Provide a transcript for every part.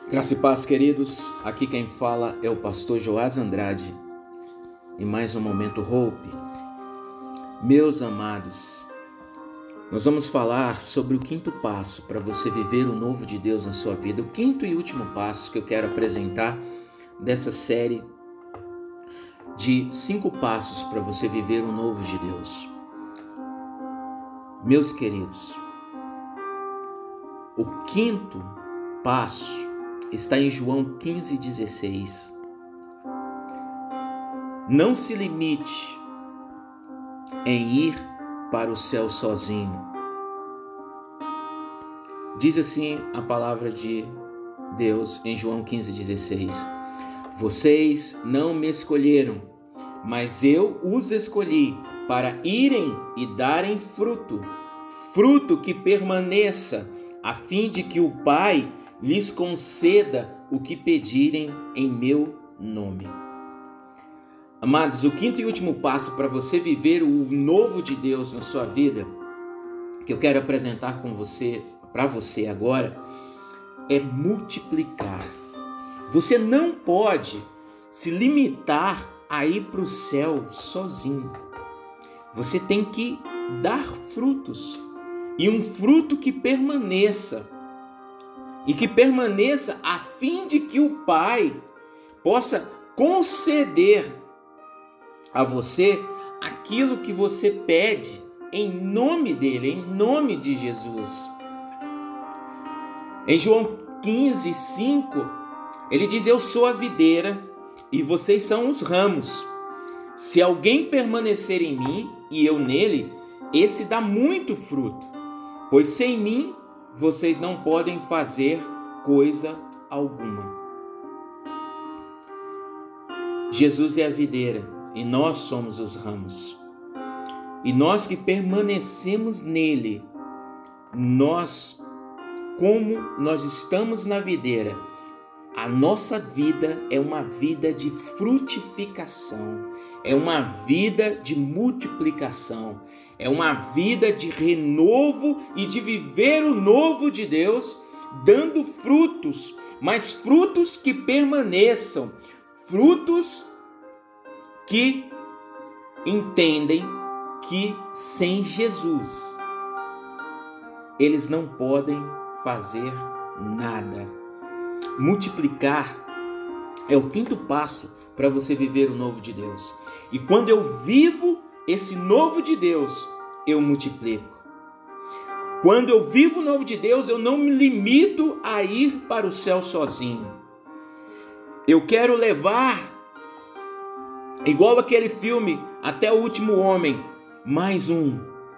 Graça e paz, queridos. Aqui quem fala é o pastor Joás Andrade. Em mais um Momento Hope. Meus amados, nós vamos falar sobre o quinto passo para você viver o novo de Deus na sua vida. O quinto e último passo que eu quero apresentar dessa série de 5 passos para você viver o novo de Deus. Meus queridos, o quinto passo está em João 15,16. Não se limite em ir para o céu sozinho. Diz assim a palavra de Deus em João 15,16. Vocês não me escolheram, mas eu os escolhi para irem e darem fruto, fruto que permaneça, a fim de que o Pai lhes conceda o que pedirem em meu nome. Amados, o quinto e último passo para você viver o novo de Deus na sua vida, que eu quero apresentar para você agora, é multiplicar. Você não pode se limitar a ir para o céu sozinho. Você tem que dar frutos, e um fruto que permaneça. E que permaneça a fim de que o Pai possa conceder a você aquilo que você pede em nome dele, em nome de Jesus. Em João 15:5, ele diz: eu sou a videira e vocês são os ramos. Se alguém permanecer em mim e eu nele, esse dá muito fruto, pois sem mim vocês não podem fazer coisa alguma. Jesus é a videira e nós somos os ramos. E nós que permanecemos nele, como nós estamos na videira, a nossa vida é uma vida de frutificação, é uma vida de multiplicação, é uma vida de renovo e de viver o novo de Deus, dando frutos, mas frutos que permaneçam, frutos que entendem que sem Jesus eles não podem fazer nada. Multiplicar é o quinto passo para você viver o novo de Deus. E quando eu vivo esse novo de Deus, eu multiplico. Quando eu vivo o novo de Deus, eu não me limito a ir para o céu sozinho. Eu quero levar, igual aquele filme, Até o Último Homem, mais um.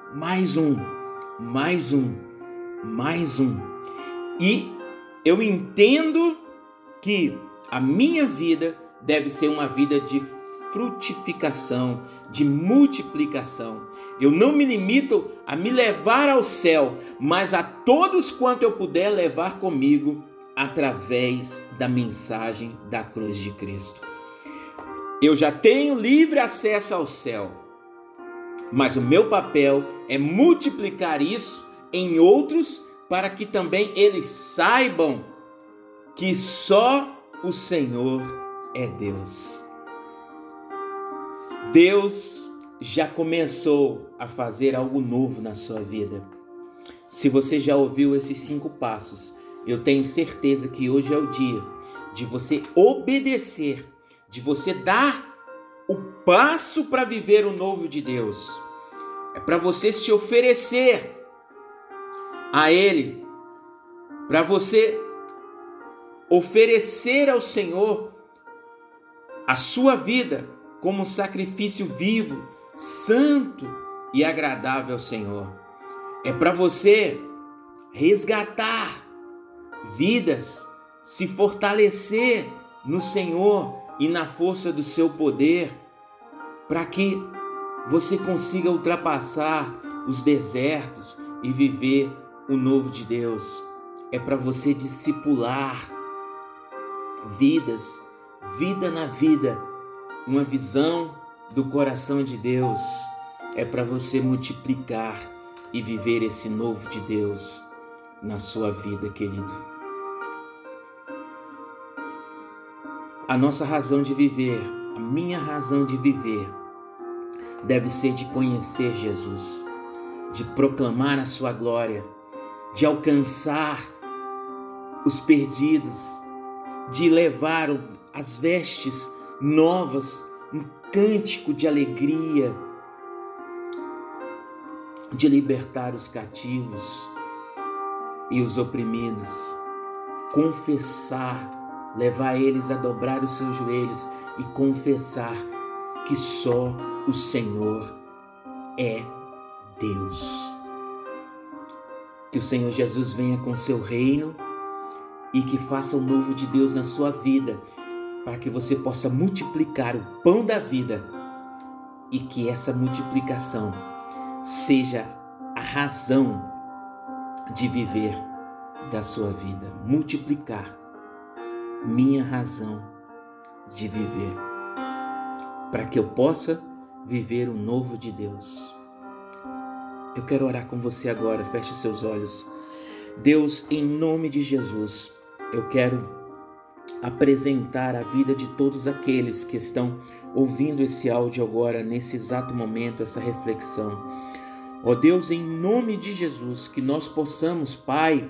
E eu entendo que a minha vida deve ser uma vida de frutificação, de multiplicação. Eu não me limito a me levar ao céu, mas a todos quanto eu puder levar comigo através da mensagem da cruz de Cristo. Eu já tenho livre acesso ao céu, mas o meu papel é multiplicar isso em outros para que também eles saibam que só o Senhor é Deus. Deus já começou a fazer algo novo na sua vida. Se você já ouviu esses 5 passos, eu tenho certeza que hoje é o dia de você obedecer, de você dar o passo para viver o novo de Deus. É para você se oferecer a Ele, para você oferecer ao Senhor a sua vida como um sacrifício vivo, santo e agradável ao Senhor. É para você resgatar vidas, se fortalecer no Senhor e na força do seu poder, para que você consiga ultrapassar os desertos e viver o novo de Deus. É para você discipular vidas, vida na vida, uma visão do coração de Deus. É para você multiplicar e viver esse novo de Deus na sua vida, querido. A nossa razão de viver, a minha razão de viver, deve ser de conhecer Jesus, de proclamar a sua glória, de alcançar os perdidos, de levar as vestes novas, um cântico de alegria, de libertar os cativos e os oprimidos, confessar, levar eles a dobrar os seus joelhos e confessar que só o Senhor é Deus. Que o Senhor Jesus venha com seu reino e que faça o novo de Deus na sua vida, para que você possa multiplicar o pão da vida e que essa multiplicação seja a razão de viver da sua vida. Multiplicar, minha razão de viver, para que eu possa viver o novo de Deus. Eu quero orar com você agora, feche seus olhos. Deus, em nome de Jesus, eu quero apresentar a vida de todos aqueles que estão ouvindo esse áudio agora, nesse exato momento, essa reflexão. Ó Deus, em nome de Jesus, que nós possamos, Pai,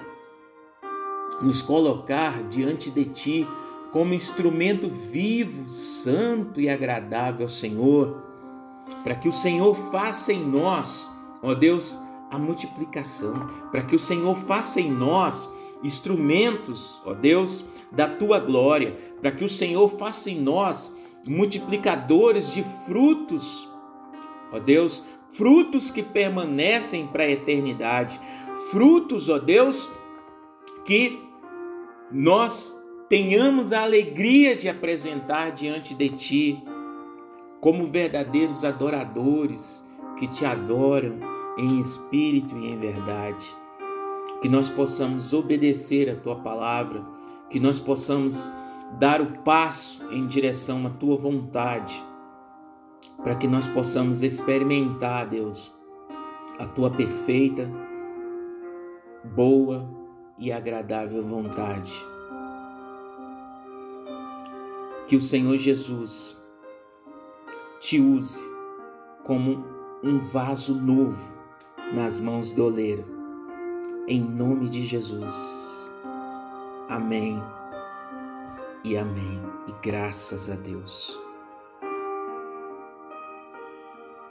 nos colocar diante de Ti como instrumento vivo, santo e agradável ao Senhor, para que o Senhor faça em nós, ó Deus, a multiplicação, para que o Senhor faça em nós instrumentos, ó Deus, da Tua glória, para que o Senhor faça em nós multiplicadores de frutos, ó Deus, frutos que permanecem para a eternidade, frutos, ó Deus, que nós tenhamos a alegria de apresentar diante de Ti, como verdadeiros adoradores que Te adoram em espírito e em verdade. Que nós possamos obedecer a Tua palavra, que nós possamos dar o passo em direção à Tua vontade, para que nós possamos experimentar, Deus, a Tua perfeita, boa e agradável vontade. Que o Senhor Jesus Te use como um vaso novo nas mãos do oleiro. Em nome de Jesus. Amém e amém. E graças a Deus.